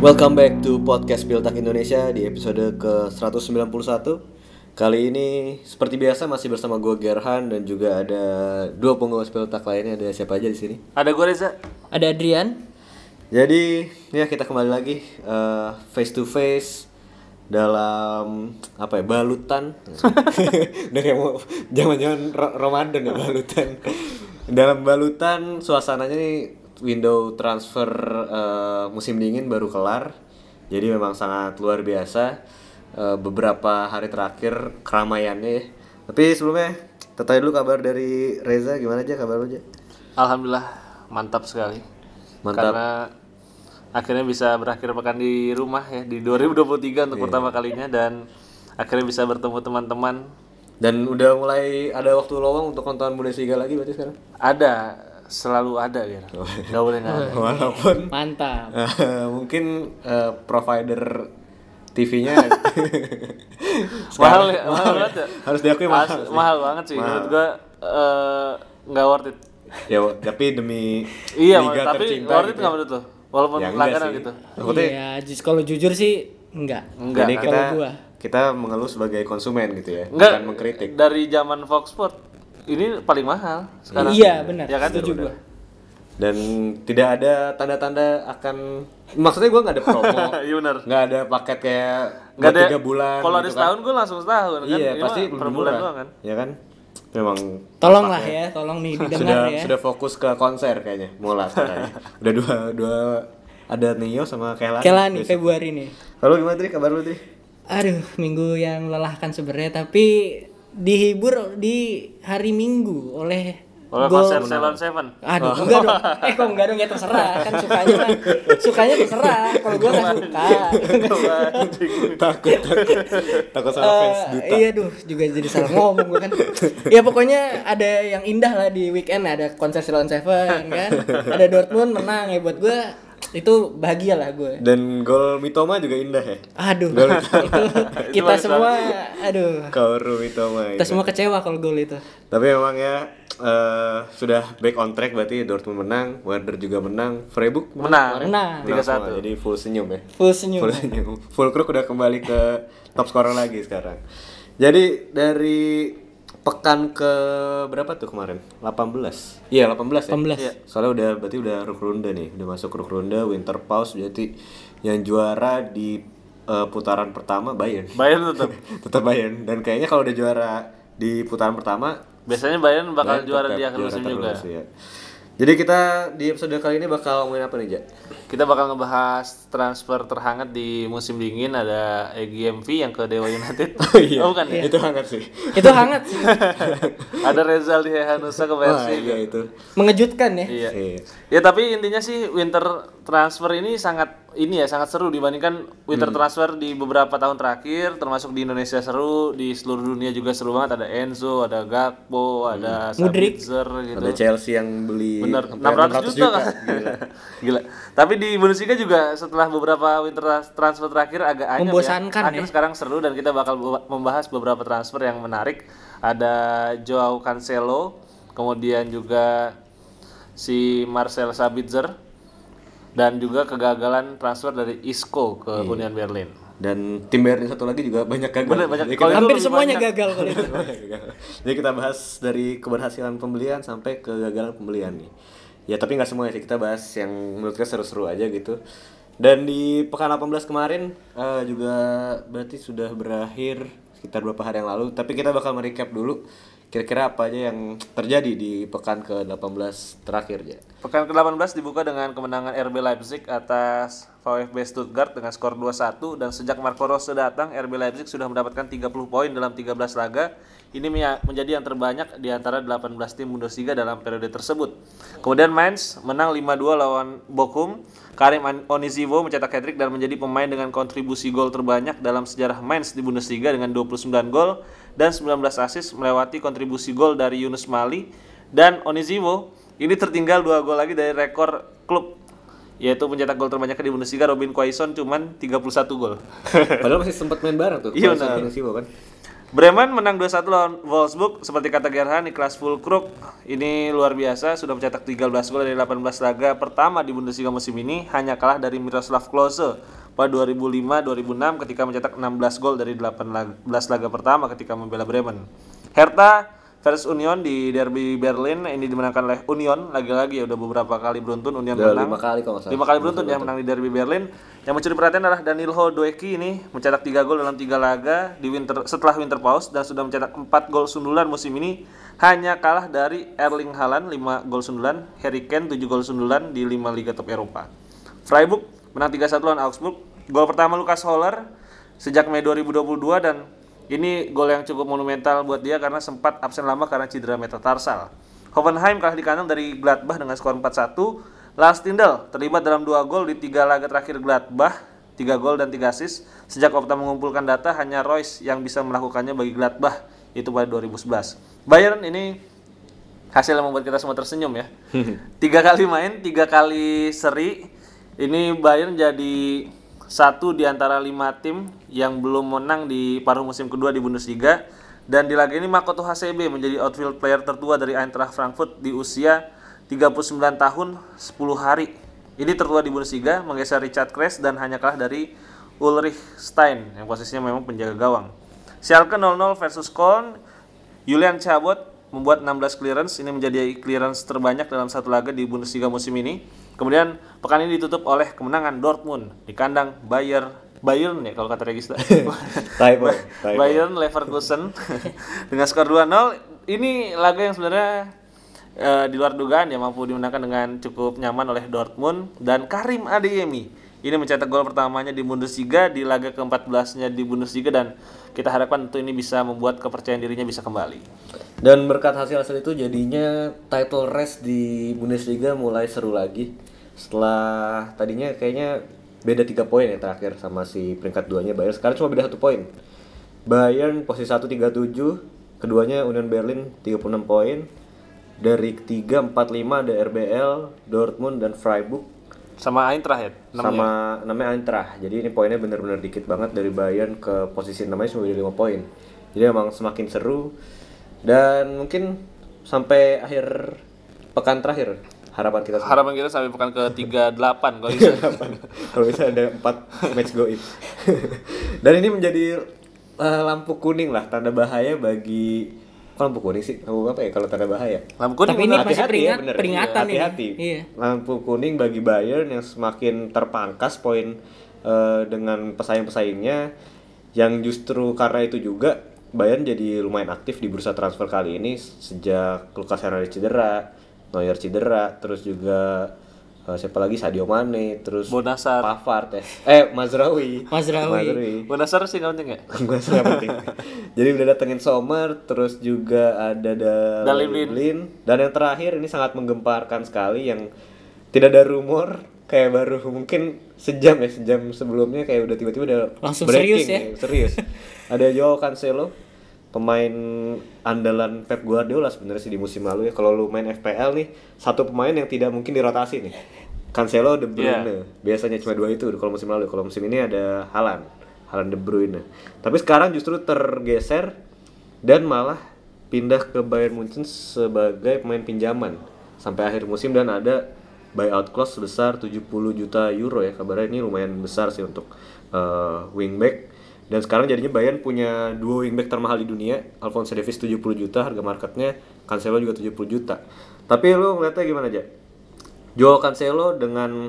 Welcome back to Podcast Piltak Indonesia di episode ke-191. Kali ini seperti biasa masih bersama gue Gerhan dan juga ada dua penggawa Piltak lainnya. Ada siapa aja di sini? Ada gue Reza. Ada Adrian. Jadi ya kita kembali lagi face to face dalam balutan. Udah kayak mau zaman-zaman Ramadan ya, balutan. Dalam balutan suasananya nih window transfer musim dingin baru kelar. Jadi memang sangat luar biasa beberapa hari terakhir keramaiannya ya. Tapi sebelumnya tanya dulu kabar dari Reza, gimana aja kabar lu aja? Alhamdulillah mantap sekali. Mantap. Karena akhirnya bisa berakhir pekan di rumah ya di 2023 untuk pertama kalinya, dan akhirnya bisa bertemu teman-teman. Dan udah mulai ada waktu luang untuk nonton Bundesliga lagi berarti sekarang? Ada, selalu ada ya. Gak boleh nggak ada. Walaupun Mantap. mungkin provider TV-nya mahal banget ya. harus diakui mahal. Mahal banget sih. Menurut gua nggak worth it. Ya, tapi demi Iya, liga tapi tercinta worth it gitu nggak ya. menurut lo? Walaupun Ya, enggak langganan sih. gitu. Maksudnya, Iya, kalau jujur sih enggak. Enggak. jadi kalau gua. kita mengeluh sebagai konsumen gitu ya, Enggak, bukan mengkritik. dari zaman Fox Sport ini paling mahal sekarang. Iya, benar. Ya kan? Setuju gua. Dan tidak ada tanda-tanda akan, maksudnya gue nggak ada promo, Iya benar. nggak ada paket kayak Nggak buat ada 3 bulan. Kalau ada gitu kan. setahun gue langsung setahun kan. Iya, Ini pasti mah lebih per bulan murah. doang kan. Ya kan, memang Tolonglah tampaknya ya, tolong nih sudah didengar ya. sudah fokus ke konser kayaknya, mulai sekarang. Udah dua ada Neo sama Kelani Februari nih. Kalau gimana Tri, kabar lu Tri? Aduh, minggu yang melelahkan sebenarnya, tapi dihibur di hari Minggu oleh Oleh gol. konser Ceylon Seven. Aduh, enggak dong. Kok enggak dong, ya terserah. Kan sukanya terserah. Kalau gua enggak suka. Takut sama fans duta. Iya duh, juga jadi salah ngomong gua kan. Ya pokoknya ada yang indah lah di weekend, ada konser Ceylon Seven kan. Ada Dortmund menang ya, buat gua itu bahagia lah gue. Dan gol Mitoma juga indah ya. Aduh, Gol itu kita semua, aduh, Kaoru Mitoma. kita semua kecewa kalau gol itu. Tapi memang ya sudah back on track, berarti Dortmund menang, Werder juga menang, Freiburg Menang. Menang. 3-1. semua, jadi full senyum ya. Full senyum. Full senyum. Full Krug udah kembali ke top scorer lagi sekarang. Jadi dari pekan ke berapa tuh kemarin? 18. Iya, 18 ya. 18. Iya. Soalnya berarti udah rukrunde nih, udah masuk rukrunde winter pause, jadi yang juara di putaran pertama Bayern. Bayern tetap. Tetap Bayern, dan kayaknya kalau udah juara di putaran pertama Biasanya Bayern bakal Bayern juara tetap di akhir juara musim terus, juga. ya. Jadi kita di episode kali ini bakal ngomongin apa nih, Ja? Kita bakal ngebahas transfer terhangat di musim dingin. Ada Egy MV yang ke Dewa United. Oh bukan ya? Itu hangat sih. Itu hangat sih. Ada Rezaldi Hehanusa ke Wah, Persib. iya itu. Mengejutkan ya. Iya. Iya. Ya tapi intinya sih winter transfer ini sangat seru dibandingkan winter transfer di beberapa tahun terakhir, termasuk di Indonesia seru, di seluruh dunia juga seru banget. Ada Enzo, ada Gakpo, ada Mudryk. Sabitzer gitu. Ada Chelsea yang beli Bener, sampai 600 juta kan. Gila. Gila. Tapi di Bundesliga juga setelah beberapa winter transfer terakhir agak anyep Membosankan ya. Akhirnya ya. sekarang seru, dan kita bakal membahas beberapa transfer yang menarik. Ada Joao Cancelo, kemudian juga si Marcel Sabitzer, dan juga kegagalan transfer dari Isco ke Union Berlin. Dan tim Bayern satu lagi juga banyak gagal. Bener, banyak. Jadi Kalau kita, itu Hampir lebih semuanya banyak. gagal kalau itu. jadi kita bahas dari keberhasilan pembelian sampai kegagalan pembelian nih. Ya tapi nggak semua sih, kita bahas yang menurut kita seru-seru aja gitu. Dan di pekan 18 kemarin juga berarti sudah berakhir sekitar beberapa hari yang lalu. Tapi kita bakal merecap dulu kira-kira apa aja yang terjadi di pekan ke-18 terakhir ya. Pekan ke-18 dibuka dengan kemenangan RB Leipzig atas VfB Stuttgart dengan skor 2-1, dan sejak Marco Rose datang, RB Leipzig sudah mendapatkan 30 poin dalam 13 laga. Ini menjadi yang terbanyak di antara 18 tim Bundesliga dalam periode tersebut. Kemudian Mainz menang 5-2 lawan Bochum. Karim Onizivo mencetak hat-trick dan menjadi pemain dengan kontribusi gol terbanyak dalam sejarah Mainz di Bundesliga dengan 29 gol dan 19 assist, melewati kontribusi gol dari Yunus Mali. Dan Onizivo ini tertinggal 2 gol lagi dari rekor klub, yaitu pencetak gol terbanyak di Bundesliga Robin Quaison cuman 31 gol. Padahal masih sempat main bareng tuh. Iya, Quaison benar. dan Silva kan. Bremen menang 2-1 lawan Wolfsburg. Seperti kata Gerhan, Niklas Füllkrug ini luar biasa, sudah mencetak 13 gol dari 18 laga pertama di Bundesliga musim ini, hanya kalah dari Miroslav Klose pada 2005-2006 ketika mencetak 16 gol dari 18 laga pertama ketika membela Bremen. Hertha versus Union di Derby Berlin, ini dimenangkan oleh Union, lagi-lagi ya udah beberapa kali beruntun Union Udah menang. 5 kali kalau nggak salah. 5 kali beruntun ya menang di Derby Berlin. Yang mencuri perhatian adalah Danilo Doeki ini mencetak 3 gol dalam 3 laga setelah winter pause dan sudah mencetak 4 gol sundulan musim ini, hanya kalah dari Erling Haaland 5 gol sundulan, Harry Kane 7 gol sundulan di 5 liga top Eropa. Freiburg menang 3-1 lawan Augsburg. Gol pertama Lucas Höller sejak Mei 2022 dan ini gol yang cukup monumental buat dia karena sempat absen lama karena cedera metatarsal. Hoffenheim kalah di kandang dari Gladbach dengan skor 4-1. Lars Stindl terlibat dalam 2 gol di 3 laga terakhir Gladbach, 3 gol dan 3 assist. Sejak Opta mengumpulkan data, hanya Royce yang bisa melakukannya bagi Gladbach, itu pada 2011. Bayern ini hasil yang membuat kita semua tersenyum ya. 3 kali main, 3 kali seri. Ini Bayern jadi satu di antara 5 tim yang belum menang di paruh musim kedua di Bundesliga. Dan di laga ini Makoto Hasebe menjadi outfield player tertua dari Eintracht Frankfurt di usia 39 tahun 10 hari. Ini tertua di Bundesliga, menggeser Richard Kress dan hanya kalah dari Ulrich Stein yang posisinya memang penjaga gawang. Schalke 0-0 versus Köln. Julian Chabot membuat 16 clearance, ini menjadi clearance terbanyak dalam satu laga di Bundesliga musim ini. Kemudian pekan ini ditutup oleh kemenangan Dortmund di kandang Bayern ya kalau kata Regista. Typo. Bayern Leverkusen dengan skor 2-0. Ini laga yang sebenarnya di luar dugaan ya, mampu dimenangkan dengan cukup nyaman oleh Dortmund, dan Karim Adeyemi ini mencetak gol pertamanya di Bundesliga di laga ke-14-nya di Bundesliga, dan kita harapkan tentu ini bisa membuat kepercayaan dirinya bisa kembali. Dan berkat hasil-hasil itu jadinya title race di Bundesliga mulai seru lagi. Setelah tadinya kayaknya beda 3 poin ya terakhir sama si peringkat 2-nya Bayern, sekarang cuma beda 1 poin. Bayern posisi 1 37, keduanya Union Berlin 36 poin. Dari ketiga 45 ada RBL, Dortmund dan Freiburg. Sama Eintracht ya? Sama namanya Eintracht. Jadi ini poinnya benar-benar dikit banget, dari Bayern ke posisi namanya cuma beda 5 poin. Jadi emang semakin seru. Dan mungkin sampai akhir pekan terakhir harapan kita sampai pekan ke-38 kalau bisa. kalau bisa ada 4 match goib. Dan ini menjadi lampu kuning lah, tanda bahaya bagi lampu kuning sih, lampu apa ya kalau tanda bahaya? Lampu kuning. Tapi ini masih hati-hati ya, bener. peringatan ini. Hati-hati. Iya. Lampu kuning bagi Bayern yang semakin terpangkas poin dengan pesaing-pesaingnya, yang justru karena itu juga Bayern jadi lumayan aktif di bursa transfer kali ini sejak Lucas Hernandez cedera, Neuer cedera, terus juga siapa lagi, Sadio Mane, terus Bonasar, Pavard Mazraoui. Bonasar sih nggak penting ya? Nggak penting. Jadi udah datengin Sommer, terus juga ada Daley Blind. Dan yang terakhir ini sangat menggemparkan sekali, yang tidak ada rumor, kayak baru mungkin sejam sebelumnya kayak udah tiba-tiba udah langsung breaking, serius. Ada Joao Cancelo, pemain andalan Pep Guardiola sebenarnya sih di musim lalu ya. Kalau lu main FPL nih, satu pemain yang tidak mungkin dirotasi nih, Cancelo, De Bruyne. Biasanya cuma 2 itu kalau musim lalu. Kalau musim ini ada Haaland De Bruyne. Tapi sekarang justru tergeser dan malah pindah ke Bayern Munchen sebagai pemain pinjaman sampai akhir musim, dan ada buyout clause sebesar 70 juta euro ya. Kabarnya ini lumayan besar sih untuk wingback. Dan sekarang jadinya Bayern punya 2 wingback termahal di dunia, Alphonso Davies 70 juta harga marketnya, Cancelo juga 70 juta. Tapi lu ngeliatnya gimana aja? Joao Cancelo dengan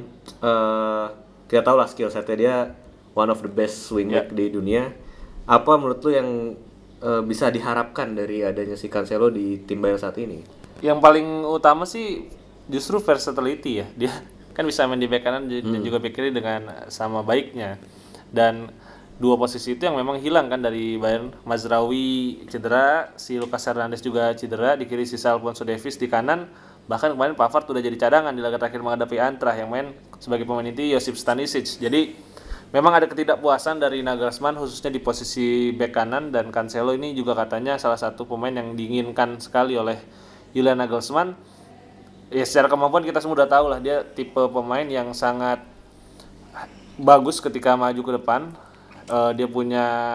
kita tahu lah skill setnya dia one of the best wingback di dunia. Apa menurut lu yang bisa diharapkan dari adanya si Cancelo di tim Bayern saat ini? Yang paling utama sih justru versatility ya. Dia kan bisa main di bek kanan dan juga bek kiri dengan sama baiknya. Dan 2 posisi itu yang memang hilang kan dari Bayern. Mazraoui cedera, si Lucas Hernandez juga cedera, di kiri sisa Alphonso Davies, di kanan bahkan kemarin Pavard udah jadi cadangan di laga terakhir menghadapi Eintracht, yang main sebagai pemain inti Josip Stanisic. Jadi memang ada ketidakpuasan dari Nagelsmann khususnya di posisi bek kanan, dan Cancelo ini juga katanya salah satu pemain yang diinginkan sekali oleh Julian Nagelsmann. Ya secara kemampuan kita semua udah tahu lah, dia tipe pemain yang sangat bagus ketika maju ke depan. Dia punya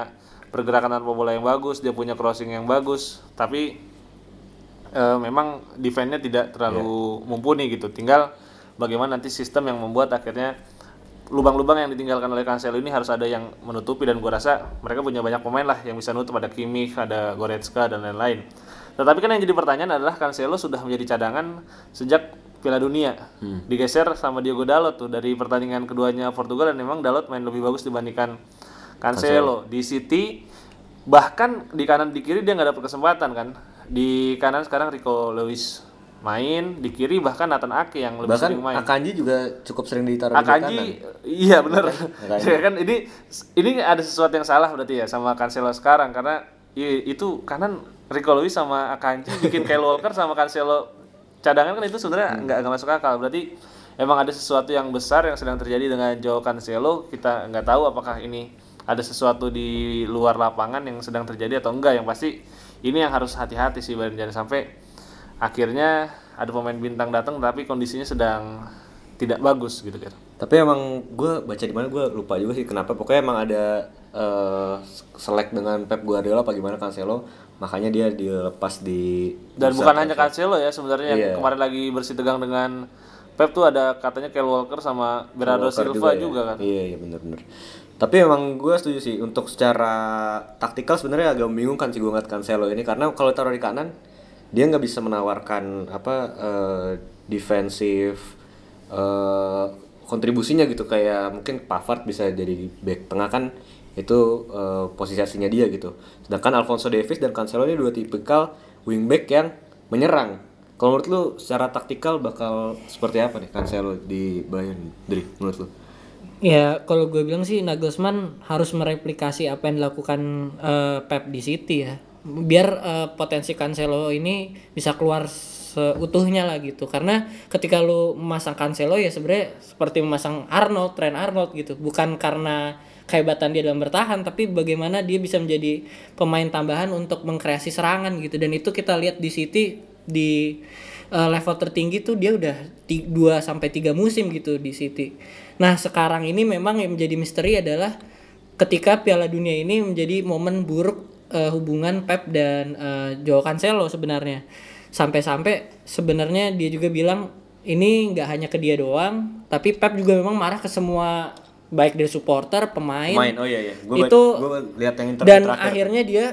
pergerakan tanpa bola yang bagus, dia punya crossing yang bagus, tapi memang defense-nya tidak terlalu mumpuni gitu. Tinggal bagaimana nanti sistem yang membuat akhirnya lubang-lubang yang ditinggalkan oleh Cancelo ini harus ada yang menutupi, dan gua rasa mereka punya banyak pemain lah yang bisa nutup, ada Kimmich, ada Goretzka dan lain-lain. Tetapi kan yang jadi pertanyaan adalah Cancelo sudah menjadi cadangan sejak Piala Dunia. Digeser sama Diogo Dalot tuh dari pertandingan keduanya Portugal, dan memang Dalot main lebih bagus dibandingkan Cancelo. Di City bahkan di kanan di kiri dia nggak dapat kesempatan kan. Di kanan sekarang Rico Lewis main, di kiri bahkan Nathan Ake yang lebih Bahkan sering main. Akanji juga cukup sering ditaruh di bek kanan. Akanji, iya benar. Akanji. Ya kan ini ada sesuatu yang salah berarti ya sama Cancelo sekarang, karena itu kanan Rico Lewis sama Akanji bikin Kyle Walker sama Cancelo cadangan, kan itu sebenarnya nggak masuk akal. Berarti emang ada sesuatu yang besar yang sedang terjadi dengan Joao Cancelo. Kita nggak tahu apakah ini ada sesuatu di luar lapangan yang sedang terjadi atau enggak. Yang pasti ini yang harus hati-hati sih Bayern, jangan sampai akhirnya ada pemain bintang datang tapi kondisinya sedang tidak bagus gitu kan. Tapi emang gue baca di mana, gue lupa juga sih kenapa, pokoknya emang ada selek dengan Pep Guardiola apa gimana Cancelo, makanya dia dilepas di Dan bursa bukan hanya transfer. Cancelo ya sebenarnya yang Iya. kemarin lagi bersih tegang dengan Pep tuh ada katanya Kyle Walker sama Bernardo Walker Silva ya. juga kan. Iya benar-benar. Tapi emang gue setuju sih untuk secara taktikal sebenarnya agak membingungkan sih gue ngeliat Cancelo ini, karena kalau taruh di kanan dia nggak bisa menawarkan defensif kontribusinya gitu, kayak mungkin Pavard bisa jadi back tengah kan, itu posisi aslinya dia gitu. Sedangkan Alphonso Davies dan Cancelo ini dua tipikal wingback yang menyerang. Kalau menurut lu secara taktikal bakal seperti apa nih Cancelo di Bayern, Dri, menurut lu? Ya, kalau gue bilang sih Nagelsmann harus mereplikasi apa yang dilakukan Pep di City ya. Biar potensi Cancelo ini bisa keluar seutuhnya lah gitu. Karena ketika lu memasang Cancelo ya sebenarnya seperti memasang Trent Arnold gitu. Bukan karena kehebatan dia dalam bertahan, tapi bagaimana dia bisa menjadi pemain tambahan untuk mengkreasi serangan gitu. Dan itu kita lihat di City di level tertinggi tuh dia udah 2 sampai 3 musim gitu di City. Nah, sekarang ini memang yang menjadi misteri adalah ketika Piala Dunia ini menjadi momen buruk hubungan Pep dan Joao Cancelo sebenarnya. Sampai-sampai sebenarnya dia juga bilang ini nggak hanya ke dia doang, tapi Pep juga memang marah ke semua, baik dari supporter, pemain. Oh iya. Gue lihat yang interview Dan terakhir. akhirnya dia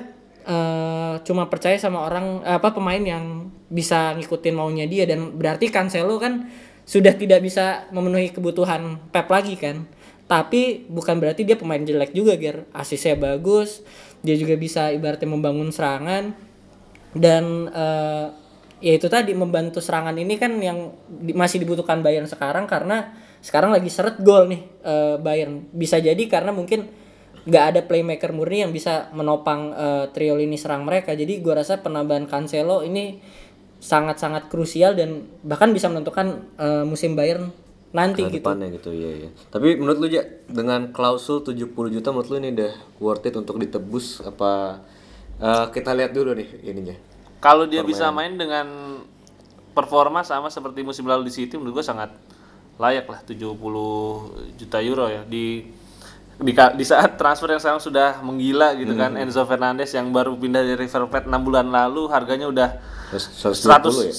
cuma percaya sama pemain yang bisa ngikutin maunya dia, dan berarti Cancelo kan sudah tidak bisa memenuhi kebutuhan Pep lagi kan. Tapi bukan berarti dia pemain jelek juga, asisnya bagus, dia juga bisa ibaratnya membangun serangan, dan ya itu tadi membantu serangan ini kan yang masih dibutuhkan Bayern sekarang, karena sekarang lagi seret gol nih Bayern. Bisa jadi karena mungkin nggak ada playmaker murni yang bisa menopang trio lini serang mereka. Jadi gue rasa penambahan Cancelo ini sangat-sangat krusial dan bahkan bisa menentukan musim Bayern nanti ke gitu. depannya gitu, iya. Tapi menurut lu dengan klausul 70 juta menurut lu ini udah worth it untuk ditebus apa? Kita lihat dulu nih ininya. Kalau dia bisa main dengan performa sama seperti musim lalu di City, menurut gue sangat layak lah 70 juta euro ya di saat transfer yang sekarang sudah menggila gitu kan. Enzo Fernandez yang baru pindah dari River Plate 6 bulan lalu harganya udah 120 ya?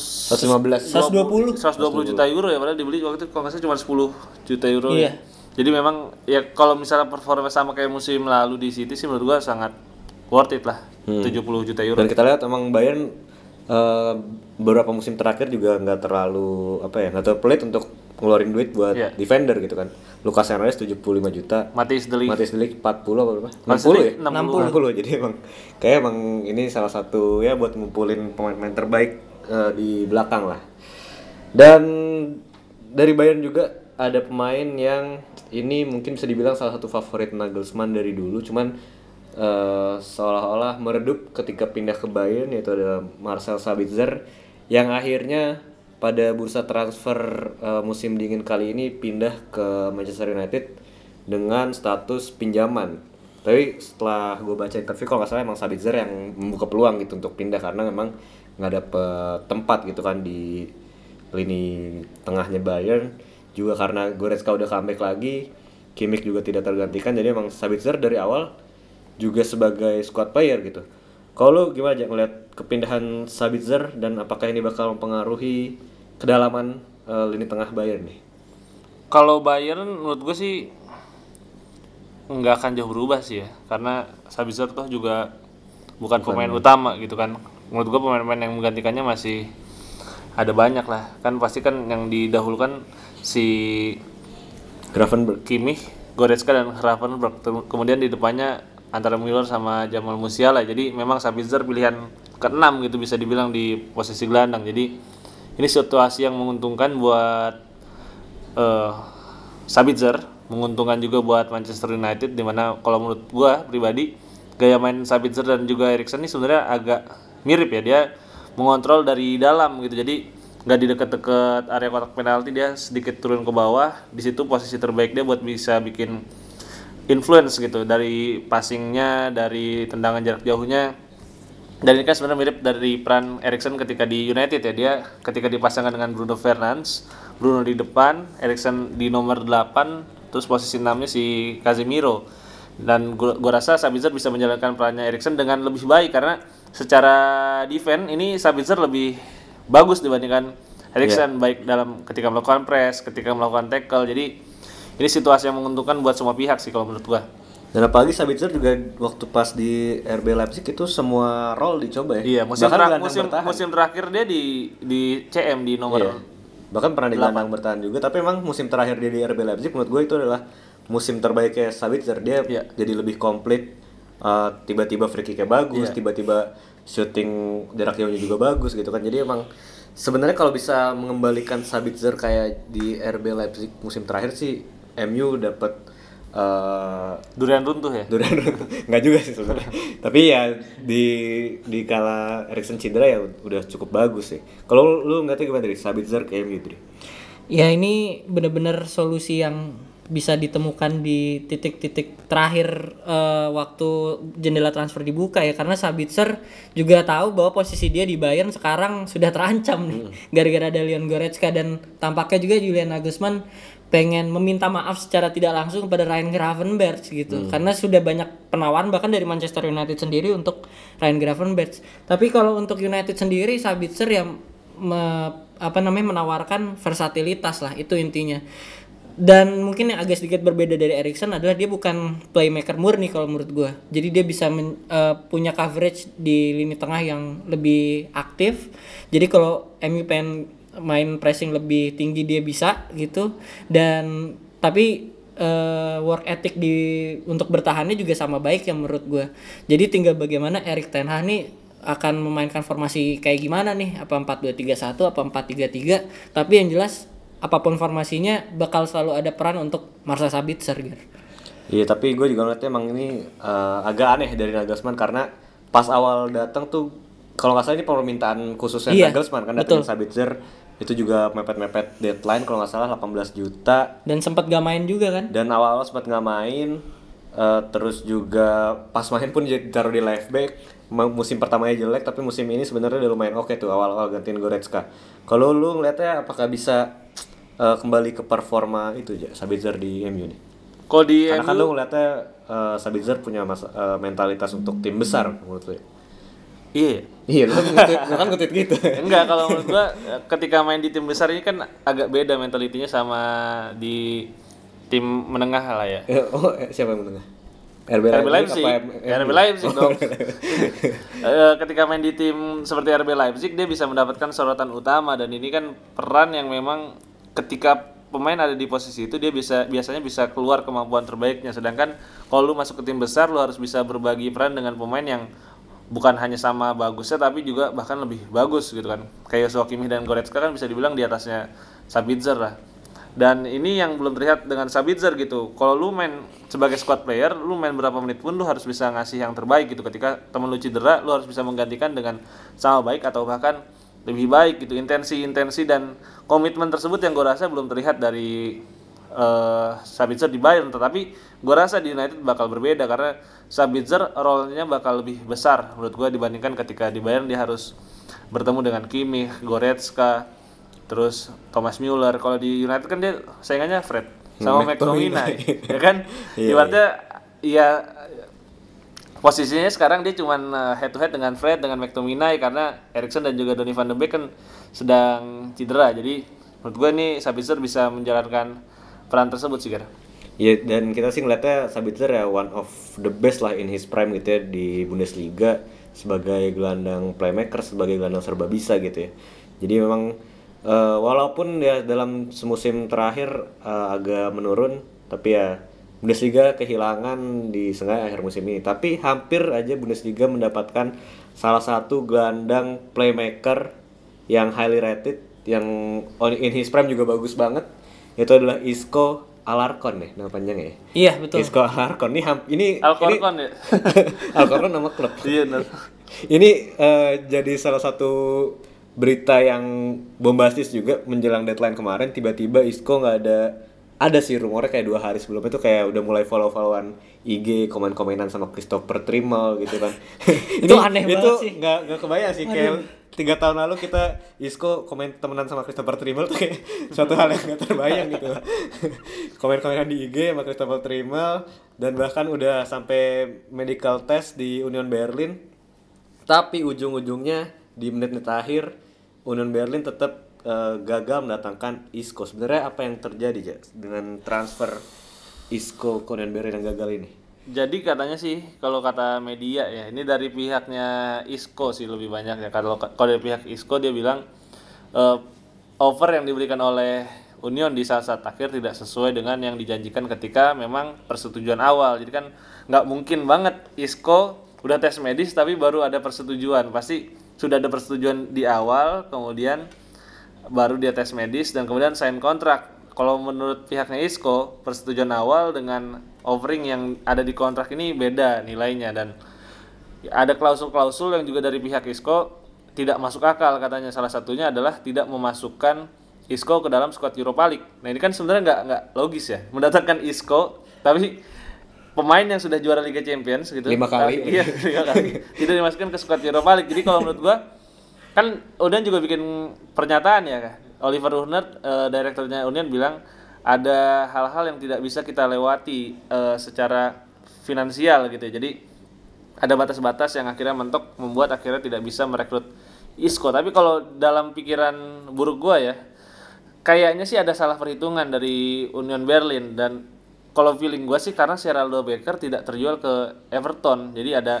120 juta euro ya, padahal dibeli waktu itu kalau nggak salah cuma 10 juta euro Iya. ya. Jadi memang ya kalau misalnya performa sama kayak musim lalu di City sih menurut gua sangat worth it lah 70 juta euro. Dan kita lihat emang Bayern beberapa musim terakhir juga nggak terlalu nggak terlalu pelit untuk ngeluarin duit buat defender gitu kan. Lucas Hernandez 75 juta, Matthijs de Ligt 40 apa berapa? 60 ya? 60. Jadi emang ini salah satu ya buat ngumpulin pemain-pemain terbaik di belakang lah. Dan dari Bayern juga ada pemain yang ini mungkin bisa dibilang salah satu favorit Nagelsmann dari dulu, cuman seolah-olah meredup ketika pindah ke Bayern, yaitu ada Marcel Sabitzer yang akhirnya pada bursa transfer musim dingin kali ini pindah ke Manchester United dengan status pinjaman. Tapi setelah gue baca interview kalau nggak salah emang Sabitzer yang membuka peluang gitu untuk pindah, karena memang nggak dapet tempat gitu kan di lini tengahnya Bayern. Juga karena Goretzka udah comeback lagi, Kimmich juga tidak tergantikan, jadi emang Sabitzer dari awal juga sebagai squad player gitu. Kalau lu gimana aja ngeliat kepindahan Sabitzer dan apakah ini bakal mempengaruhi kedalaman lini tengah Bayern nih? Kalau Bayern menurut gue sih nggak akan jauh berubah sih ya, karena Sabitzer tuh juga bukan pemain utama gitu kan. Menurut gue pemain-pemain yang menggantikannya masih ada banyak lah, kan pasti kan yang didahulukan si Gravenberch. Kimmich, Goretzka dan Gravenberch. Kemudian di depannya antara Müller sama Jamal Musiala. Jadi memang Sabitzer pilihan ke-6 gitu bisa dibilang di posisi gelandang. Jadi ini situasi yang menguntungkan buat Sabitzer, menguntungkan juga buat Manchester United, dimana kalau menurut gua pribadi gaya main Sabitzer dan juga Eriksen ini sebenarnya agak mirip ya, dia mengontrol dari dalam gitu, jadi nggak di dekat-dekat area kotak penalti, dia sedikit turun ke bawah, di situ posisi terbaik dia buat bisa bikin influence gitu dari passingnya, dari tendangan jarak jauhnya. Dan ini kan sebenarnya mirip dari peran Eriksen ketika di United ya, dia ketika dipasangkan dengan Bruno Fernandes, Bruno di depan, Eriksen di nomor 8, terus posisi 6-nya si Casemiro. Dan gue rasa Sabitzer bisa menjalankan perannya Eriksen dengan lebih baik, karena secara defense ini Sabitzer lebih bagus dibandingkan Eriksen, baik dalam ketika melakukan press, ketika melakukan tackle. Jadi ini situasi yang menguntungkan buat semua pihak sih kalau menurut gue. Dan apalagi Sabitzer juga waktu pas di RB Leipzig itu semua role dicoba ya. Iya, Bahkan musim terakhir dia di CM di nomor. Iya. Bahkan pernah di gelandang bertahan juga, tapi emang musim terakhir dia di RB Leipzig menurut gue itu adalah musim terbaiknya Sabitzer. Dia jadi lebih komplit, tiba-tiba free kick-nya bagus, tiba-tiba shooting jarak jauhnya juga bagus gitu kan. Jadi emang sebenarnya kalau bisa mengembalikan Sabitzer kayak di RB Leipzig musim terakhir sih, MU dapat durian runtuh ya? Durian runtuh nggak juga sih sebenarnya. Tapi ya di kala Eriksen cedera ya udah cukup bagus sih. Kalau lu nggak tahu gimana dari Sabitzer ke MU Dri? Ya ini benar-benar solusi yang bisa ditemukan di titik-titik terakhir waktu jendela transfer dibuka ya, karena Sabitzer juga tahu bahwa posisi dia di Bayern sekarang sudah terancam nih gara-gara ada Leon Goretzka, dan tampaknya juga Julian Nagelsmann pengen meminta maaf secara tidak langsung kepada Ryan Gravenberch gitu, karena sudah banyak penawaran bahkan dari Manchester United sendiri untuk Ryan Gravenberch. Tapi kalau untuk United sendiri, Sabitzer yang menawarkan versatilitas lah, itu intinya. Dan mungkin yang agak sedikit berbeda dari Eriksen adalah dia bukan playmaker murni kalau menurut gue. Jadi dia bisa punya coverage di lini tengah yang lebih aktif. Jadi kalau MU pengen main pressing lebih tinggi dia bisa gitu. Dan tapi work ethic untuk bertahannya juga sama baik ya menurut gue. Jadi tinggal bagaimana Erik ten Hag nih akan memainkan formasi kayak gimana nih, apa 4-2-3-1 apa 4-3-3. Tapi yang jelas apapun formasinya bakal selalu ada peran untuk Marcel Sabitzer gitu. Iya, tapi gue juga ngeliatnya emang ini agak aneh dari Nagelsmann, karena pas awal datang tuh kalau nggak salah ini permintaan khususnya Nagelsmann kan, datangin Sabitzer itu juga mepet-mepet deadline kalau nggak salah 18 juta. Dan sempat gak main juga kan? Dan awal-awal sempat nggak main, terus juga pas main pun ditaruh di left back. Musim pertamanya jelek, tapi musim ini sebenarnya udah lumayan oke tuh awal-awal gantiin Goretzka. Kalau lu ngeliatnya apakah bisa kembali ke performa itu aja Sabitzer di MU nih? Kalau di Karena kan MU lu ngeliatnya Sabitzer punya mentalitas untuk tim besar menurut lu. iya. Lu kan ngutip gitu. Enggak, kalau menurut gua ketika main di tim besar ini kan agak beda mentalitinya sama di tim menengah lah ya. Siapa yang menengah? RB Leipzig. RB Leipzig dong. Ketika main di tim seperti RB Leipzig, dia bisa mendapatkan sorotan utama, dan ini kan peran yang memang ketika pemain ada di posisi itu dia biasanya bisa keluar kemampuan terbaiknya. Sedangkan kalau lu masuk ke tim besar, lu harus bisa berbagi peran dengan pemain yang bukan hanya sama bagusnya tapi juga bahkan lebih bagus gitu kan. Kayak Kimmich dan Goretzka kan bisa dibilang di atasnya Sabitzer lah. Dan ini yang belum terlihat dengan Sabitzer gitu. Kalau lu main sebagai squad player, lu main berapa menit pun lu harus bisa ngasih yang terbaik gitu. Ketika temen lu cedera, lu harus bisa menggantikan dengan sama baik atau bahkan lebih baik gitu. Intensi dan komitmen tersebut yang gue rasa belum terlihat dari Sabitzer di Bayern. Tetapi gue rasa di United bakal berbeda, karena Sabitzer role-nya bakal lebih besar menurut gue dibandingkan ketika di Bayern dia harus bertemu dengan Kimmich, Goretzka, terus Thomas Müller. Kalau di United kan dia saingannya Fred sama McTominay, ya kan? Ibaratnya ya posisinya sekarang dia cuman head to head dengan Fred, dengan McTominay karena Eriksen dan juga Donny van de Beek kan sedang cedera. Jadi menurut gue nih Sabitzer bisa menjalankan peran tersebut sih kira. Ya, dan kita sih ngeliatnya Sabitzer ya one of the best lah in his prime gitu ya di Bundesliga sebagai gelandang playmaker, sebagai gelandang serba bisa gitu ya. Jadi memang walaupun ya dalam semusim terakhir agak menurun, tapi ya Bundesliga kehilangan di setengah akhir musim ini. Tapi hampir aja Bundesliga mendapatkan salah satu gelandang playmaker yang highly rated, yang in his prime juga bagus banget. Itu adalah Isco Alarcon ya, nama panjangnya ya. Iya, betul. Isco Alarcon ini Alcorcon ya. Alcorcon nama klub. Iya benar. Ini jadi salah satu berita yang bombastis juga menjelang deadline kemarin. Tiba-tiba Isco nggak ada sih rumornya kayak 2 hari sebelumnya tuh kayak udah mulai follow-followan IG, komen-komenan sama Christopher Trimmel gitu kan. Itu aneh banget sih. Itu nggak kebayang sih. Kayak 3 tahun lalu kita Isco komen temenan sama Christopher Trimmel tuh kayak suatu hal yang nggak terbayang gitu lah. Komen-komenan di IG sama Christopher Trimmel, dan bahkan udah sampai medical test di Union Berlin. Tapi ujung-ujungnya di menit-menit akhir Union Berlin tetap gagal mendatangkan Isco. Sebenarnya apa yang terjadi ya dengan transfer Isco ke Union Berlin yang gagal ini? Jadi katanya sih kalau kata media ya, ini dari pihaknya Isco sih lebih banyak ya. Kalau dari pihak Isco dia bilang offer yang diberikan oleh Union di saat-saat akhir tidak sesuai dengan yang dijanjikan ketika memang persetujuan awal. Jadi kan nggak mungkin banget Isco udah tes medis tapi baru ada persetujuan. Pasti sudah ada persetujuan di awal, kemudian baru dia tes medis dan kemudian sign kontrak. Kalau menurut pihaknya Isco, persetujuan awal dengan offering yang ada di kontrak ini beda nilainya, dan ada klausul-klausul yang juga dari pihak Isco tidak masuk akal. Katanya salah satunya adalah tidak memasukkan Isco ke dalam skuad Europa League. Nah ini kan sebenarnya nggak logis ya, mendatangkan Isco tapi pemain yang sudah juara Liga Champions gitu 5 kali. Iya 5 kali tidak dimasukkan ke skuad Europa League. Jadi kalau menurut gua kan Union juga bikin pernyataan ya kan. Oliver Runert, direkturnya Union bilang ada hal-hal yang tidak bisa kita lewati secara finansial gitu ya. Jadi ada batas-batas yang akhirnya mentok membuat akhirnya tidak bisa merekrut Isco. Tapi kalau dalam pikiran buruk gua ya, kayaknya sih ada salah perhitungan dari Union Berlin, dan kalau feeling gua sih karena Geraldo Becker tidak terjual ke Everton. Jadi ada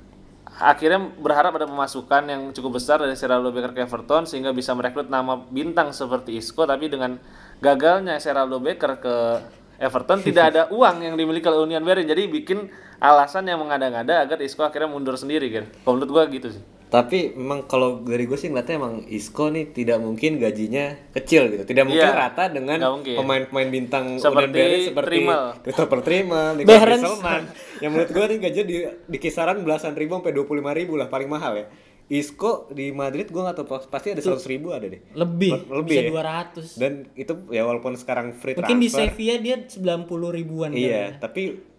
akhirnya berharap ada pemasukan yang cukup besar dari Geraldo Becker ke Everton sehingga bisa merekrut nama bintang seperti Isco. Tapi dengan gagalnya Geraldo Becker ke Everton tidak ada uang yang dimiliki oleh Union Berlin, jadi bikin alasan yang mengada-ngada agar Isco akhirnya mundur sendiri kan. Kalau menurut gua gitu sih. Tapi memang kalau dari gue sih ngeliatnya emang Isco nih tidak mungkin gajinya kecil gitu. Tidak mungkin rata dengan pemain-pemain bintang Union Berlin seperti Christopher Trimmel, Niklas Selman. Yang menurut gue nih gajinya di kisaran belasan ribu sampai 25.000 lah paling mahal ya. Isco di Madrid gue nggak tahu, pasti ada 100.000 ada deh. Lebih bisa ya. 200. Dan itu ya walaupun sekarang free transfer. Mungkin di Sevilla dia 90 ribuan. Iya, tapi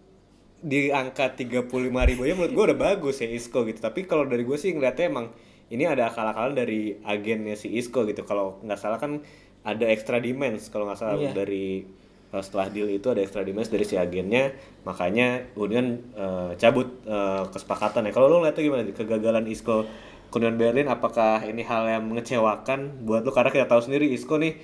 di angka 35.000 aja menurut gue udah bagus ya Isco gitu. Tapi kalau dari gue sih ngeliatnya emang ini ada akal-akalan dari agennya si Isco gitu. Kalau nggak salah kan ada extra demands kalau nggak salah dari setelah deal itu ada extra demands dari si agennya, makanya Union cabut kesepakatan ya. Kalau lo ngeliatnya gimana kegagalan Isco ke Union Berlin, apakah ini hal yang mengecewakan buat lo? Karena kita tahu sendiri Isco nih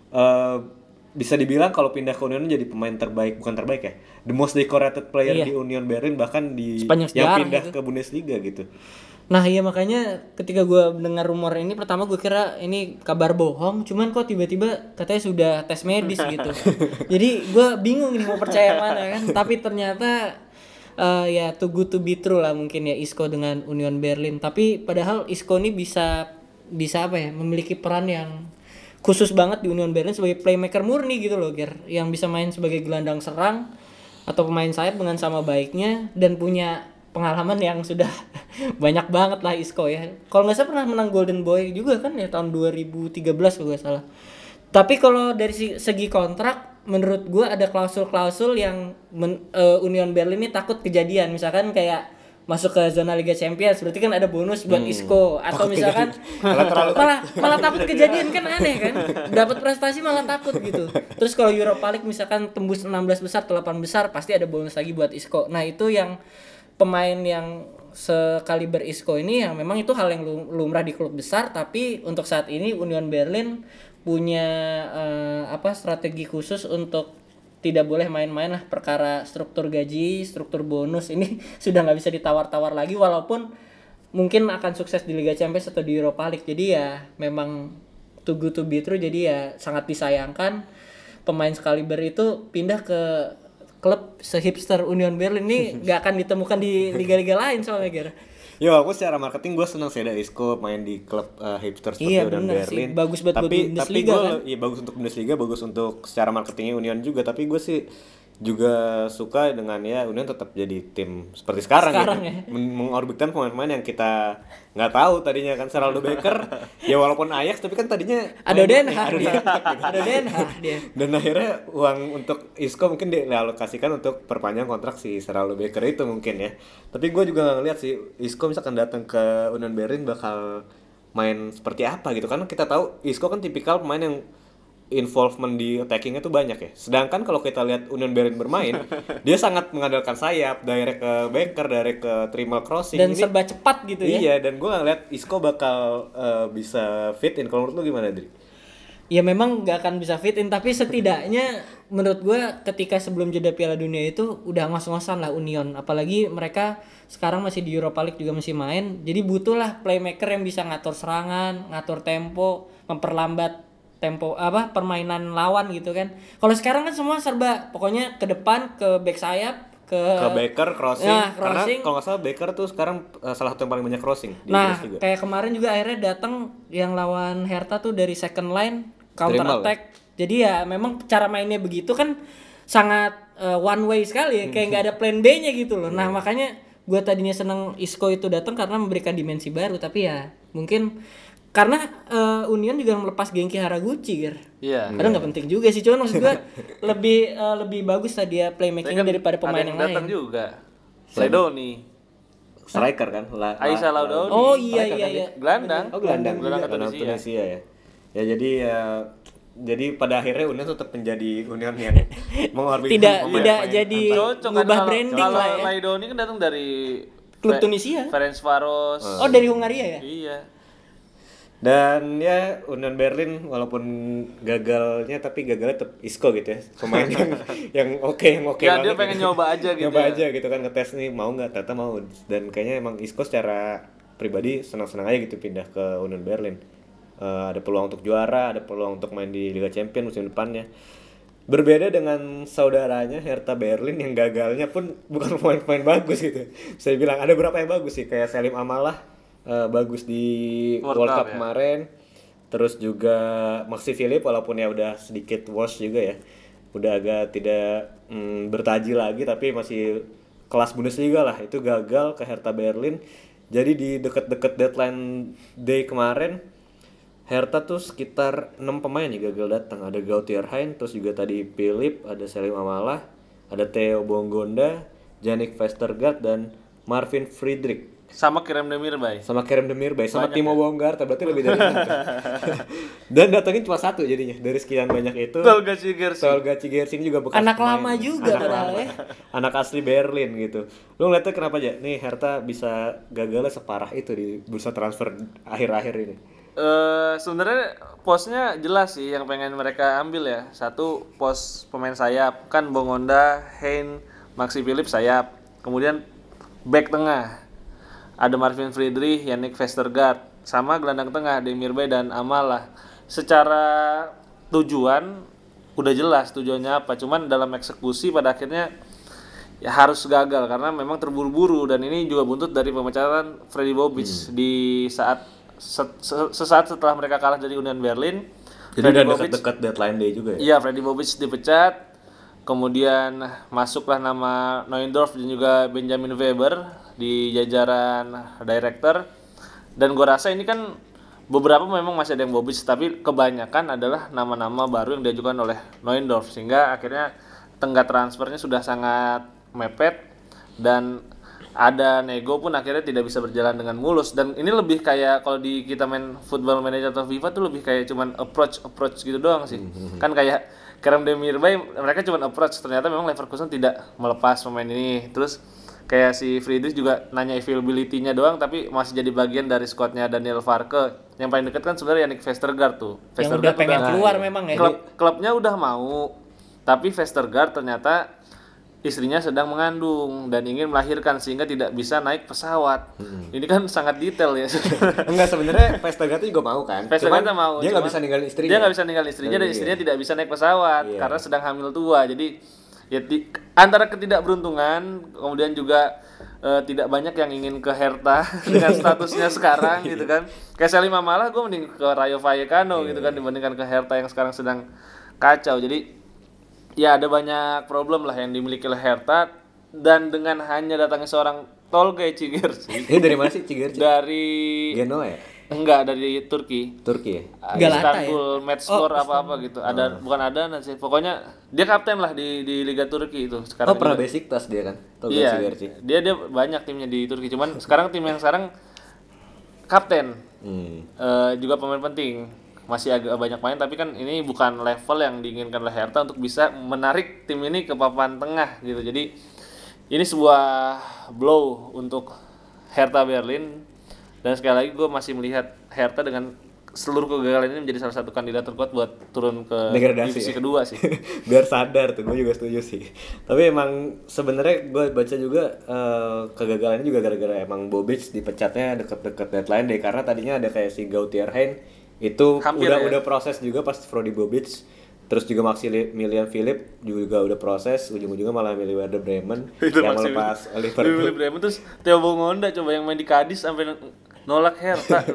bisa dibilang kalau pindah ke Union jadi pemain terbaik, bukan terbaik ya, the most decorated player di Union Berlin, bahkan di yang pindah ke Bundesliga gitu. Nah iya makanya ketika gue mendengar rumor ini pertama gue kira ini kabar bohong, cuman kok tiba-tiba katanya sudah tes medis gitu. Jadi gue bingung nih mau percaya mana kan. Tapi ternyata ya too good to be true lah mungkin ya Isco dengan Union Berlin. Tapi padahal Isco ini bisa apa ya, memiliki peran yang khusus banget di Union Berlin sebagai playmaker murni gitu loh, Ger, yang bisa main sebagai gelandang serang atau pemain sayap dengan sama baiknya dan punya pengalaman yang sudah banyak banget lah Isco ya. Kalau nggak salah pernah menang Golden Boy juga kan ya tahun 2013 kalau nggak salah. Tapi kalau dari segi kontrak menurut gue ada klausul-klausul yang Union Berlin ini takut kejadian, misalkan kayak masuk ke zona Liga Champions berarti kan ada bonus buat Isco, atau misalkan malah takut kejadian kan aneh kan, dapat prestasi malah takut gitu. Terus kalau Europa League misalkan tembus 16 besar atau 8 besar pasti ada bonus lagi buat Isco. Nah itu yang pemain yang sekaliber Isco ini yang memang itu hal yang lumrah di klub besar, tapi untuk saat ini Union Berlin punya strategi khusus untuk tidak boleh main-main lah perkara struktur gaji, struktur bonus ini sudah nggak bisa ditawar-tawar lagi, walaupun mungkin akan sukses di Liga Champions atau di Europa League. Jadi ya memang too good to be true, jadi ya sangat disayangkan pemain sekaliber itu pindah ke klub sehipster Union Berlin ini nggak akan ditemukan di liga-liga lain soalnya Ger. Ya walaupun secara marketing gue senang sih ada Isco main di klub hipster seperti Iya, Union bener Berlin. sih. Bagus buat Bundesliga gue kan? iya bagus untuk Bundesliga, bagus untuk secara marketingnya Union juga. Tapi gue sih juga suka dengan ya Union tetap jadi tim seperti sekarang Sekarang gitu. ya. Mengorbitkan pemain-pemain yang kita nggak tahu tadinya kan. Seraldo Becker ya walaupun Ajax tapi kan tadinya Ada Den Haag ada dia. Den Haag gitu. Ada Den Haag dia. Dan akhirnya uang untuk Isco mungkin dialokasikan untuk perpanjang kontrak si Seraldo Becker itu mungkin ya. Tapi gue juga nggak ngeliat sih Isco misalkan datang ke Union Berlin bakal main seperti apa gitu. Karena kita tahu Isco kan tipikal pemain yang involvement di attackingnya tuh banyak ya. Sedangkan kalau kita lihat Union Berlin bermain, dia sangat mengandalkan sayap, direct ke Becker, direct ke triple crossing. Dan Ini, serba cepat gitu ya. iya, dan gue ngeliat Isco bakal bisa fit in. Kalau menurut lu gimana, Dri? Ya memang nggak akan bisa fit in, tapi setidaknya menurut gue ketika sebelum jeda Piala Dunia itu udah ngos-ngosan lah Union, apalagi mereka sekarang masih di Europa League juga masih main, jadi butuh lah playmaker yang bisa ngatur serangan, ngatur tempo, memperlambat tempo permainan lawan gitu kan. Kalau sekarang kan semua serba pokoknya ke depan, ke back sayap, ke Becker crossing. Nah, Karena crossing. kalau nggak salah Becker tuh sekarang salah satu yang paling banyak crossing di Nah, Bundesliga. kayak kemarin juga akhirnya datang yang lawan Hertha tuh dari second line counter Dribble. attack. Jadi ya memang cara mainnya begitu kan sangat one way sekali ya, kayak nggak ada plan B-nya gitu loh. Nah, makanya gue tadinya seneng Isco itu datang karena memberikan dimensi baru, tapi ya mungkin karena Union juga melepas Genki Haraguchi Ger. Iya. Padahal nggak penting juga sih, cuman maksud gue lebih bagus tadi ya playmaking daripada pemain yang lain. datang juga. Ledoni, Striker kan? Aisyah Laudoni. Oh iya Striker iya kan iya. Gelandang. Oh gelandang Gelandang gelandang Tunisia. Tunisia ya. Ya jadi pada akhirnya Union tetap menjadi Union yang mengorbitkan Tidak jadi Cocok kan ngubah kalau- branding kalau lah ya. Laudoni kan datang dari Klub Tunisia. Ferencvaros. Oh dari Hungaria ya? Iya. Dan ya Union Berlin walaupun gagalnya tapi gagalnya tetap Isco gitu ya. Pemain yang oke Ya dia banget pengen gitu. nyoba aja gitu. Nyoba ya. aja gitu kan, ngetes nih mau nggak, ternyata mau. Dan kayaknya emang Isco secara pribadi senang-senang aja gitu pindah ke Union Berlin. Ada peluang untuk juara, ada peluang untuk main di Liga Champions musim depannya. Berbeda dengan saudaranya Hertha Berlin yang gagalnya pun bukan pemain-pemain bagus gitu. Saya bilang ada beberapa yang bagus sih, kayak Selim Amalah bagus di World World Cup Cup ya. kemarin. Terus juga Maxi Philip walaupun ya udah sedikit wash juga ya. Udah agak tidak bertaji lagi tapi masih kelas Bundesliga lah. Itu gagal ke Hertha Berlin. Jadi di deket-deket deadline day kemarin Hertha tuh sekitar 6 pemain nih gagal datang. Ada Gautier Hein, terus juga tadi Philip, ada Selim Amalah, ada Theo Bongonda, Yannick Vestergaard dan Marvin Friedrich. Sama Kerem Demirbay. Sama Kerem Demirbay, sama Timo Baumgartner, berarti lebih dari 6 tuh. Dan datangin cuma satu jadinya dari sekian banyak itu. Tolga Cigersi. Tolga Cigersi ini juga bekas Anak pemain. lama juga Anak padahal lama. ya. Anak asli Berlin gitu. Lu ngeliatnya kenapa aja? Nih Hertha bisa gagalnya separah itu di bursa transfer akhir-akhir ini. Sebenarnya posnya jelas sih yang pengen mereka ambil ya. Satu pos pemain sayap kan Bongonda, Hein, Maxi Philip sayap. Kemudian back tengah ada Marvin Friedrich, Yannick Vestergaard, sama gelandang tengah Demirbay dan Amalah. Secara tujuan udah jelas tujuannya apa. Cuman dalam eksekusi pada akhirnya ya harus gagal karena memang terburu-buru dan ini juga buntut dari pemecatan Freddy Bobic di saat sesaat setelah mereka kalah dari Union Berlin. Jadi Freddy udah Bobic- dekat-dekat deadline day juga ya. Iya, Freddy Bobic dipecat. Kemudian masuklah nama Neuendorf dan juga Benjamin Weber di jajaran director. Dan gue rasa ini kan beberapa memang masih ada yang Bobic, tapi kebanyakan adalah nama-nama baru yang diajukan oleh Neuendorf sehingga akhirnya tenggat transfernya sudah sangat mepet dan ada nego pun akhirnya tidak bisa berjalan dengan mulus. Dan ini lebih kayak kalau di kita main Football Manager atau FIFA tuh lebih kayak cuman approach gitu doang sih. Kan kayak Kerem Demirbay mereka cuman approach, ternyata memang Leverkusen tidak melepas pemain ini. Terus Kayak si Friedrich juga nanya availability-nya doang, tapi masih jadi bagian dari squadnya Daniel Farke. Yang paling dekat kan sebenarnya Yannick Vestergaard tuh. Yang udah pengen keluar iya. memang ya. Klubnya udah mau, tapi Vestergaard ternyata istrinya sedang mengandung dan ingin melahirkan sehingga tidak bisa naik pesawat. Ini kan sangat detail ya. Enggak, sebenarnya Vestergaard juga mau kan. Vestergaard Cuman mau. Dia nggak cuman bisa ninggalin istrinya. Dia nggak bisa ninggalin istrinya dan Iya. istrinya tidak bisa naik pesawat Iya. karena sedang hamil tua. Jadi ya antara ketidakberuntungan, kemudian juga tidak banyak yang ingin ke Hertha dengan statusnya sekarang gitu kan. Kayak Salim Amala gue mending ke Rayo Vallecano gitu kan dibandingkan ke Hertha yang sekarang sedang kacau. Jadi ya ada banyak problem lah yang dimiliki oleh Hertha, dan dengan hanya datangnya seorang Tolga Cigerci Ini dari mana sih Cigerci? dari Genoa ya? enggak, dari Turki. Turki ya? Galata Istanbul Matchsport apa-apa gitu. Ada bukan ada nanti. Pokoknya dia kapten lah di Liga Turki itu sekarang. Oh, pernah juga. Besiktas dia kan? Tolga Iya. Cigerci. Dia banyak timnya di Turki. Cuman sekarang tim yang sekarang kapten. Juga pemain penting. Masih agak banyak main, tapi kan ini bukan level yang diinginkan oleh Hertha untuk bisa menarik tim ini ke papan tengah gitu. Jadi ini sebuah blow untuk Hertha Berlin, dan sekali lagi gue masih melihat Hertha dengan seluruh kegagalan ini menjadi salah satu kandidat terkuat buat turun ke Degradasi divisi ya? kedua sih. Biar sadar tuh, gue juga setuju sih. Tapi emang sebenarnya gue baca juga kegagalannya juga gara-gara emang Bobic dipecatnya deket-deket deadline deh, karena tadinya ada kayak si Gautier Hein itu Hampir udah proses juga pas Frody Bobic, terus juga Maximilian Philipp juga udah proses, ujung-ujungnya malah milih Werder Bremen Itu yang maksudnya. melepas Willy Liverpool. Bremen, terus Theo Bongonda coba yang main di Cadiz sampai nolak Hertha.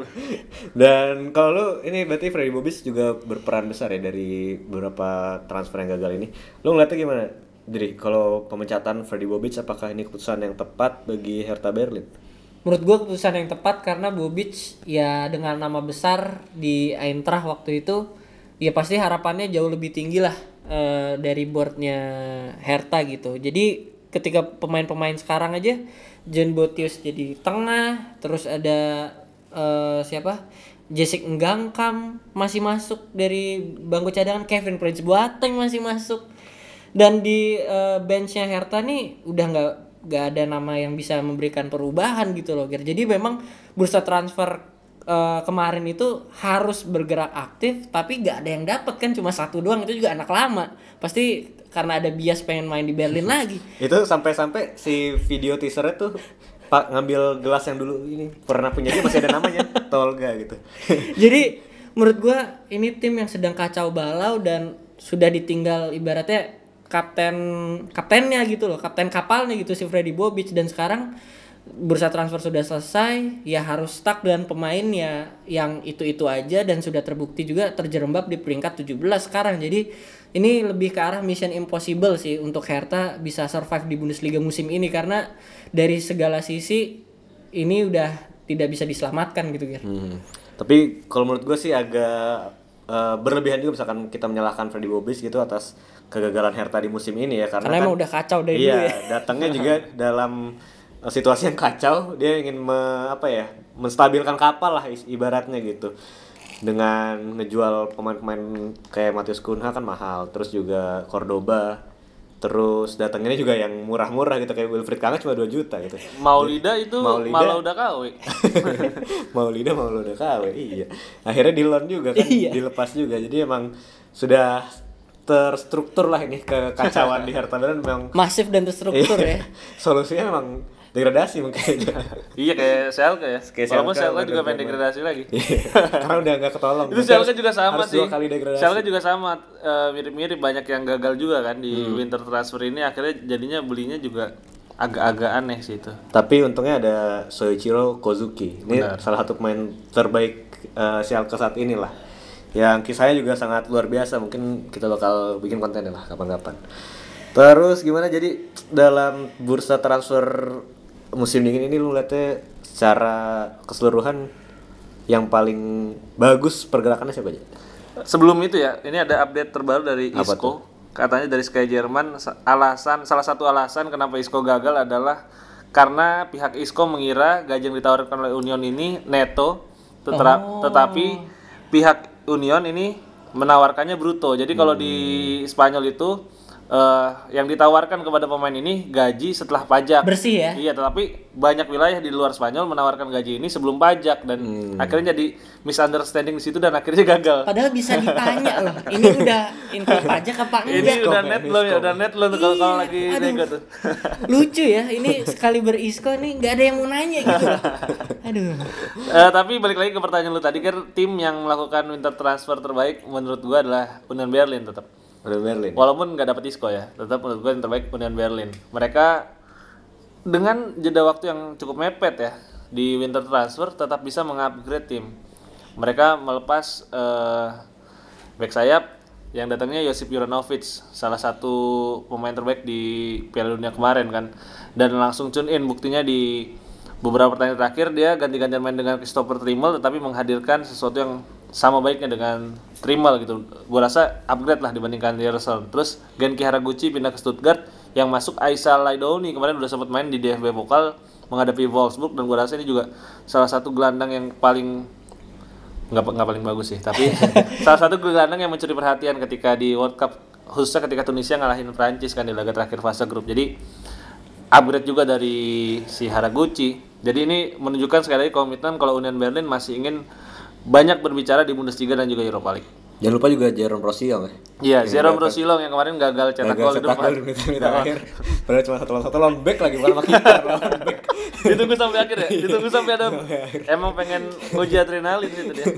Dan kalau lu ini berarti Freddy Bobic juga berperan besar ya dari beberapa transfer yang gagal ini. Lu ngeliatnya gimana? Jadi kalau pemecatan Freddy Bobic, apakah ini keputusan yang tepat bagi Hertha Berlin? Menurut gue keputusan yang tepat karena Bobic ya dengan nama besar di Eintracht waktu itu ya pasti harapannya jauh lebih tinggi lah dari boardnya Hertha gitu. Jadi ketika pemain-pemain sekarang aja John Botius jadi tengah, terus ada siapa? Jessic Enggangkam masih masuk dari bangku cadangan, Kevin Prince Boateng masih masuk. Dan di benchnya Hertha nih udah nggak ada nama yang bisa memberikan perubahan gitu loh, Ger. Jadi memang bursa transfer kemarin itu harus bergerak aktif, tapi nggak ada yang dapat kan, cuma satu doang, itu juga anak lama. Pasti karena ada bias pengen main di Berlin lagi. Itu sampai-sampai si video teasernya tuh Pak ngambil gelas yang dulu ini pernah punya dia masih ada namanya Tolga gitu. Jadi menurut gua ini tim yang sedang kacau balau dan sudah ditinggal ibaratnya kaptennya gitu loh, kapten kapalnya gitu si Freddy Bobic, dan sekarang bursa transfer sudah selesai, ya harus stuck dengan pemain ya yang itu-itu aja, dan sudah terbukti juga terjerembab di peringkat 17 sekarang. Jadi ini lebih ke arah mission impossible sih untuk Hertha bisa survive di Bundesliga musim ini, karena dari segala sisi ini udah tidak bisa diselamatkan gitu, Ger. Tapi kalau menurut gue sih agak berlebihan juga misalkan kita menyalahkan Freddy Bobic gitu atas kegagalan Hertha di musim ini ya, karena Karena kan emang udah kacau dari iya, dulu ya. datangnya juga dalam situasi yang kacau, dia ingin menstabilkan kapal lah ibaratnya gitu. Dengan ngejual pemain-pemain kayak Matheus Cunha kan mahal, terus juga Cordoba, terus datangnya juga yang murah-murah gitu kayak Wilfried Kangas cuma 2 juta gitu. Maulida itu malah udah KW. Maulida KW, iya. Akhirnya di loan juga kan, Iya. dilepas juga. Jadi emang sudah terstruktur lah ini kekacauan di Hertha Berlin memang. Masif dan terstruktur ya. Solusinya memang degradasi mungkin. Iya kayak Schalke ya. Kayak Walaupun Schalke, Schalke juga Werder pengen Bremen. degradasi lagi. Karena udah nggak ketolong. Itu Berarti Schalke harus- juga sama harus sih. 2 kali degradasi. Schalke juga sama, mirip-mirip, banyak yang gagal juga kan di winter transfer ini, akhirnya jadinya belinya juga agak-agak aneh sih itu. Tapi untungnya ada Soichiro Kozuki. Ini Benar. salah satu pemain terbaik Schalke saat ini lah. Yang kisahnya juga sangat luar biasa. Mungkin kita bakal bikin konten lah kapan-kapan. Terus gimana jadi dalam bursa transfer musim dingin ini lu lihatnya secara keseluruhan yang paling bagus pergerakannya siapa aja? Sebelum itu ya, ini ada update terbaru dari Apa Isco. Katanya dari Sky Jerman, salah satu alasan kenapa Isco gagal adalah karena pihak Isco mengira gaji yang ditawarkan oleh Union ini neto, tetapi pihak Union ini menawarkannya bruto. Jadi kalau di Spanyol itu yang ditawarkan kepada pemain ini gaji setelah pajak. Bersih ya? Iya, tetapi banyak wilayah di luar Spanyol menawarkan gaji ini sebelum pajak dan akhirnya jadi misunderstanding di situ dan akhirnya gagal. Padahal bisa ditanya loh. Ini udah include pajak apa enggak? Ini udah net loan ya, udah net loan tuh kalau lagi Aduh. nego tuh. Lucu ya, ini sekali berisko nih nggak ada yang mau nanya gitu loh. Aduh. Tapi balik lagi ke pertanyaan lu tadi kan, tim yang melakukan winter transfer terbaik menurut gua adalah Union Berlin tetap. Udah Berlin. Walaupun nggak dapat Isco ya, tetap menurut gue yang terbaik Union Berlin. Mereka dengan jeda waktu yang cukup mepet ya di winter transfer tetap bisa mengupgrade tim. Mereka melepas back sayap yang datangnya Josip Juranovic, salah satu pemain terbaik di Piala Dunia kemarin kan, dan langsung tune in. Buktinya di beberapa pertandingan terakhir dia ganti-gantian main dengan Christopher Trimmel tetapi menghadirkan sesuatu yang sama baiknya dengan Trimmel gitu. Gua rasa upgrade lah dibandingkan Ryerson. Terus Genki Haraguchi pindah ke Stuttgart, yang masuk Aisa Laidoni kemarin udah sempat main di DFB Pokal menghadapi Wolfsburg, dan gua rasa ini juga salah satu gelandang yang paling nggak paling bagus sih, tapi salah satu gelandang yang mencuri perhatian ketika di World Cup, khususnya ketika Tunisia ngalahin Prancis kan di laga terakhir fase grup. Jadi upgrade juga dari si Haraguchi. Jadi ini menunjukkan sekali lagi komitmen kalau Union Berlin masih ingin banyak berbicara di Bundesliga dan juga Europa League. Jangan lupa juga Jerome Rosillo ya. Iya, Jerome Rosillo yang kemarin gagal cetak gol di depan. di menit akhir. Padahal cuma satu lawan back lagi, bukan sama kiper, lawan back. Ditunggu sampai akhir ya. Ditunggu sampai ada emang pengen uji adrenalin gitu dia.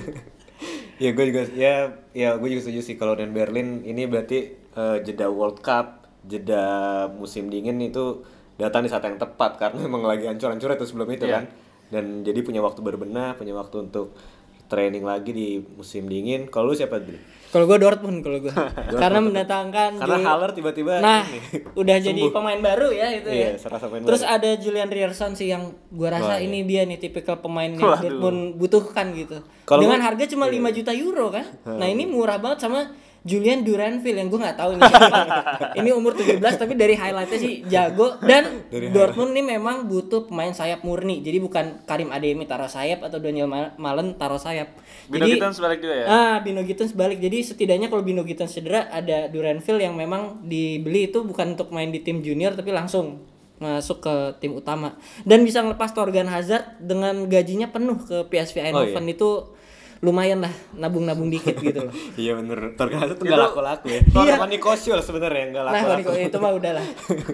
Ya gue juga gue juga setuju sih kalau Union Berlin ini berarti jeda World Cup, jeda musim dingin itu datang di saat yang tepat karena memang lagi hancur-hancur itu sebelum itu kan. Dan jadi punya waktu berbenah, punya waktu untuk training lagi di musim dingin. Kalau lu siapa dulu? Kalau gue Dortmund kalau gue. Karena mendatangkan Karena Haller tiba-tiba udah jadi pemain baru ya itu ya. Iya, serasa pemain Terus baru. ada Julian Ryerson sih yang gue rasa ini dia nih tipikal pemain yang Dortmund butuhkan gitu. Dengan harga cuma 5 juta euro kan. Nah, ini murah banget sama Julian Duranville yang gue nggak tahu ini siapa. Ini umur 17 tapi dari highlightnya sih jago, dan Dortmund ini memang butuh pemain sayap murni. Jadi bukan Karim Adeyemi taruh sayap atau Daniel Malen taruh sayap. Bino Gittens balik juga ya? Bino Gittens balik. Jadi setidaknya kalau Bino Gittens cedera ada Duranville yang memang dibeli itu bukan untuk main di tim junior tapi langsung masuk ke tim utama. Dan bisa ngelepas Thorgan Hazard dengan gajinya penuh ke PSV Eindhoven. Itu lumayan lah, nabung-nabung dikit gitu loh. Iya bener, Thorgan Hazard tuh gak laku-laku ya. Thorgan Nikosio sebenarnya yang gak laku-laku. Nah, itu mah udahlah.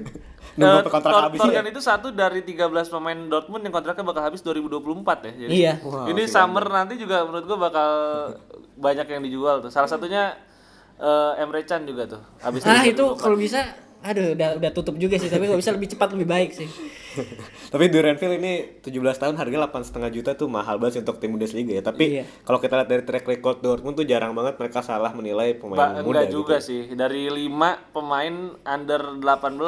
Nunggu kontrak habis Thorgan ya. itu satu dari 13 pemain Dortmund yang kontraknya bakal habis 2024 ya. Jadi Iya. ini summer nanti juga menurut gua bakal banyak yang dijual tuh. Salah satunya Emre Can juga tuh. Habis Itu kalau bisa udah tutup juga sih, tapi kalau bisa lebih cepat lebih baik sih. Tapi Duranville ini 17 tahun harga 8,5 juta tuh mahal banget sih untuk tim Bundesliga ya. Tapi kalau kita lihat dari track record Dortmund tuh jarang banget mereka salah menilai pemain muda enggak juga gitu. sih. Dari 5 pemain under 18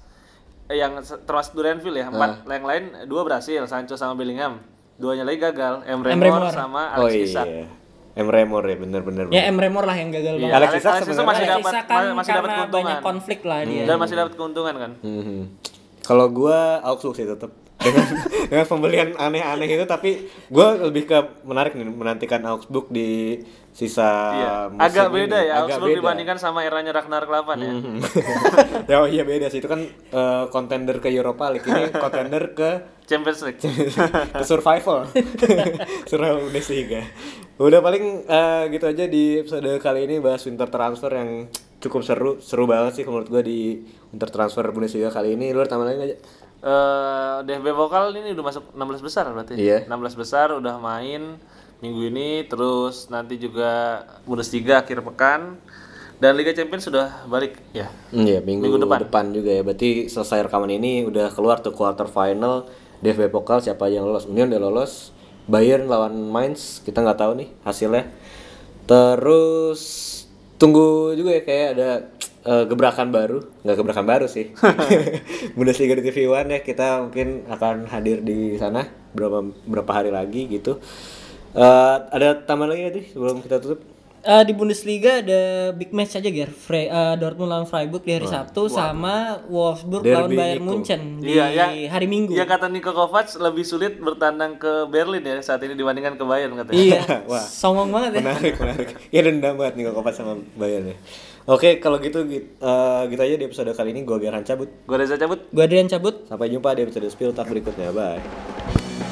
yang termasuk Duranville ya, 4 yang lain 2 berhasil, Sancho sama Bellingham. 2-nya lagi gagal, Emre Mor sama Alex Isak. Emre Mor ya, bener-bener. Ya Emre Mor lah yang gagal banget. Alex Isak Isak masih dapat karena keuntungan. banyak konflik lah dia. Dan masih dapat keuntungan kan. Kalau gua Augsburg sih tetap dengan pembelian aneh-aneh itu, tapi gua lebih ke menarik nih menantikan Augsburg di sisa musim agak beda ini. ya Agak Augsburg beda. dibandingkan sama eranya Ragnar Klavan ya. Ya iya beda sih, itu kan contender ke Europa League, ini contender ke Champions League. ke survival. Survival Bundesliga. Udah paling gitu aja di episode kali ini bahas winter transfer yang cukup seru banget sih menurut gua di winter transfer Bundesliga kali ini. Lu tambah lagi aja. DFB Pokal ini udah masuk 16 besar berarti. Iya. 16 besar udah main minggu ini, terus nanti juga Bundesliga akhir pekan dan Liga Champions sudah balik ya. Iya, minggu depan juga ya. Berarti selesai rekaman ini udah keluar tuh quarter final DFB Pokal, siapa aja yang lolos. Union udah lolos, Bayern lawan Mainz, kita nggak tahu nih hasilnya. Terus tunggu juga ya, kayak ada gebrakan baru, nggak gebrakan baru sih. Bundesliga di TV One ya, kita mungkin akan hadir di sana berapa hari lagi gitu. Ada tambahan lagi tadi sebelum kita tutup? Di Bundesliga ada big match aja Ger. Dortmund lawan Freiburg di hari Sabtu sama Wolfsburg lawan Bayern Munchen di hari Minggu. Iya, kata Niko Kovac lebih sulit bertandang ke Berlin ya saat ini dibandingkan ke Bayern katanya. Iya. Wah. Songong banget ya. Menarik. Ya dendam banget nih Kovac sama Bayern ya. Oke, kalau gitu aja di episode kali ini. Gua Gerhan cabut. Gue Reza cabut. Gua Adrian cabut. Sampai jumpa di episode Spill Talk berikutnya. Bye.